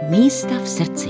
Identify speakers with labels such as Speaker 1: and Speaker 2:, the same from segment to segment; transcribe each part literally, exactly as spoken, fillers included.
Speaker 1: Místa v srdci.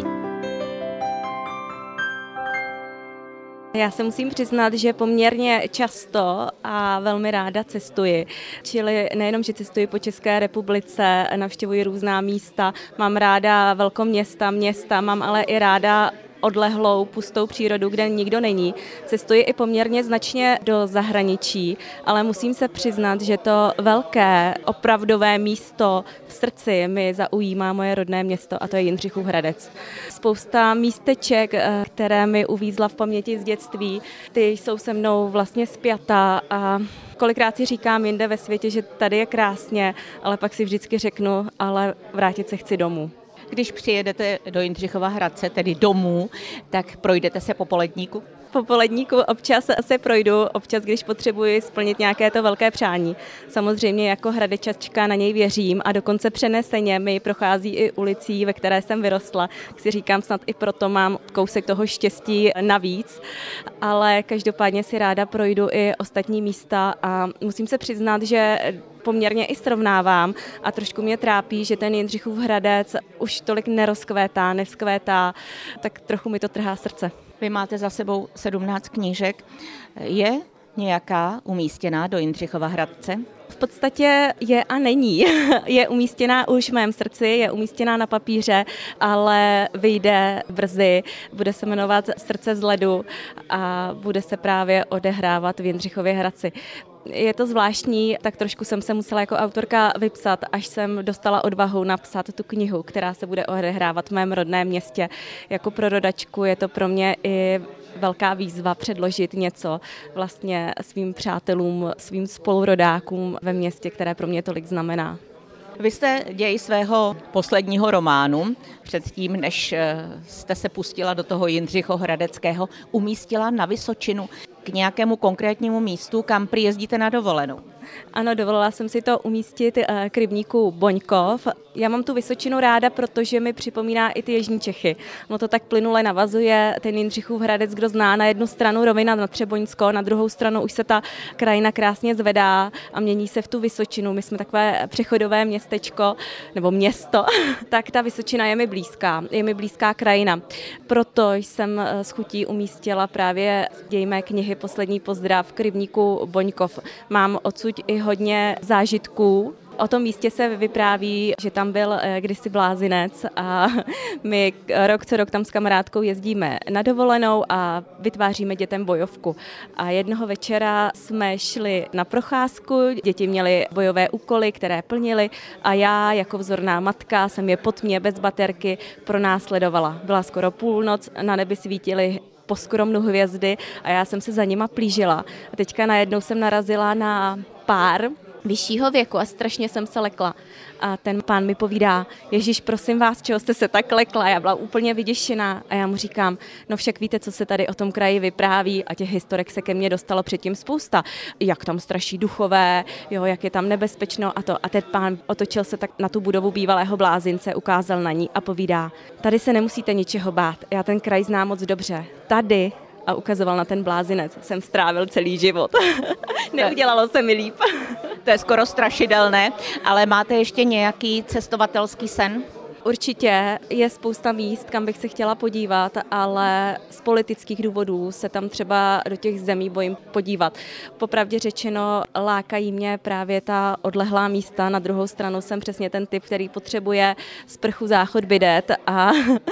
Speaker 2: Já se musím přiznat, že poměrně často a velmi ráda cestuji. Čili nejenom, že cestuji po České republice, navštěvuji různá místa, mám ráda velkoměsta, města, mám ale i ráda odlehlou, pustou přírodu, kde nikdo není. Cestuji i poměrně značně do zahraničí, ale musím se přiznat, že to velké, opravdové místo v srdci mi zaujímá moje rodné město, a to je Jindřichův Hradec. Spousta místeček, které mi uvízla v paměti z dětství, ty jsou se mnou vlastně spjatá a kolikrát si říkám jinde ve světě, že tady je krásně, ale pak si vždycky řeknu, ale vrátit se chci domů.
Speaker 3: Když přijedete do Jindřichova Hradce, tedy domů, tak projdete se po Poledníku?
Speaker 2: Po Poledníku občas se projdu, občas, když potřebuji splnit nějaké to velké přání. Samozřejmě jako hradečačka na něj věřím a dokonce přeneseně mi prochází i ulicí, ve které jsem vyrostla. Tak si říkám, snad i proto mám kousek toho štěstí navíc, ale každopádně si ráda projdu i ostatní místa a musím se přiznat, že poměrně i srovnávám a trošku mě trápí, že ten Jindřichův Hradec už tolik nerozkvétá, nevzkvétá, tak trochu mi to trhá srdce.
Speaker 3: Vy máte za sebou sedmnáct knížek. Je nějaká umístěná do Jindřichova Hradce?
Speaker 2: V podstatě je a není. Je umístěná už v mém srdci, je umístěná na papíře, ale vyjde brzy, bude se jmenovat Srdce z ledu a bude se právě odehrávat v Jindřichově Hradci. Je to zvláštní, tak trošku jsem se musela jako autorka vypsat, až jsem dostala odvahu napsat tu knihu, která se bude odehrávat v mém rodném městě. Jako prorodačku je to pro mě i velká výzva předložit něco vlastně svým přátelům, svým spolurodákům ve městě, které pro mě tolik znamená.
Speaker 3: Vy jste děj svého posledního románu, předtím, než jste se pustila do toho Jindřichohradeckého, umístila na Vysočinu k nějakému konkrétnímu místu, kam přijezdíte na dovolenou.
Speaker 2: Ano, dovolila jsem si to umístit k rybníku Boňkov. Já mám tu Vysočinu ráda, protože mi připomíná i ty jižní Čechy. No to tak plynule navazuje ten Jindřichův Hradec, kdo zná, na jednu stranu rovina na Třeboňsko, na druhou stranu už se ta krajina krásně zvedá a mění se v tu Vysočinu. My jsme takové přechodové městečko, nebo město, tak ta Vysočina je mi blízká, je mi blízká krajina. Proto jsem s chutí umístila právě děj mé knihy Poslední pozdrav k rybníku Boňkov. Mám odsud i hodně zážitků. O tom místě se vypráví, že tam byl kdysi blázinec a my rok co rok tam s kamarádkou jezdíme na dovolenou a vytváříme dětem bojovku. A jednoho večera jsme šli na procházku, děti měly bojové úkoly, které plnily a já jako vzorná matka jsem je po tmě bez baterky pronásledovala. Byla skoro půlnoc, na nebi svítily po skromnu hvězdy a já jsem se za nima plížila. A teďka najednou jsem narazila na pár vyššího věku a strašně jsem se lekla. A ten pán mi povídá, Ježíš, prosím vás, čeho jste se tak lekla? Já byla úplně vyděšená a já mu říkám, no však víte, co se tady o tom kraji vypráví a těch historek se ke mně dostalo předtím spousta. Jak tam straší duchové, jo, jak je tam nebezpečno a to. A ten pán otočil se tak na tu budovu bývalého blázince, ukázal na ní a povídá, tady se nemusíte ničeho bát, já ten kraj znám moc dobře. Tady a ukazoval na ten blázinec, jsem strávil celý život. Neudělalo se mi líp.
Speaker 3: To je skoro strašidelné, ale máte ještě nějaký cestovatelský sen?
Speaker 2: Určitě je spousta míst, kam bych se chtěla podívat, ale z politických důvodů se tam třeba do těch zemí bojím podívat. Popravdě řečeno, lákají mě právě ta odlehlá místa. Na druhou stranu jsem přesně ten typ, který potřebuje sprchu, záchod, bidet a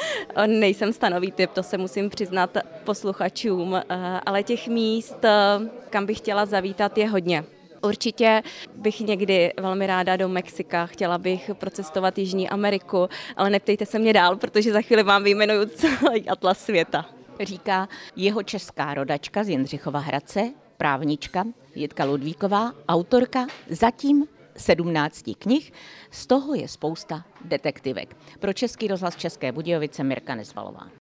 Speaker 2: nejsem stanový typ, to se musím přiznat posluchačům, ale těch míst, kam bych chtěla zavítat, je hodně. Určitě bych někdy velmi ráda do Mexika, chtěla bych procestovat Jižní Ameriku, ale neptejte se mě dál, protože za chvíli vám vyjmenuju celý atlas světa.
Speaker 3: Říká jeho česká rodačka z Jindřichova Hradce, právnička Jitka Ludvíková, autorka zatím sedmnácti knih, z toho je spousta detektivek. Pro Český rozhlas České Budějovice Mirka Nezvalová.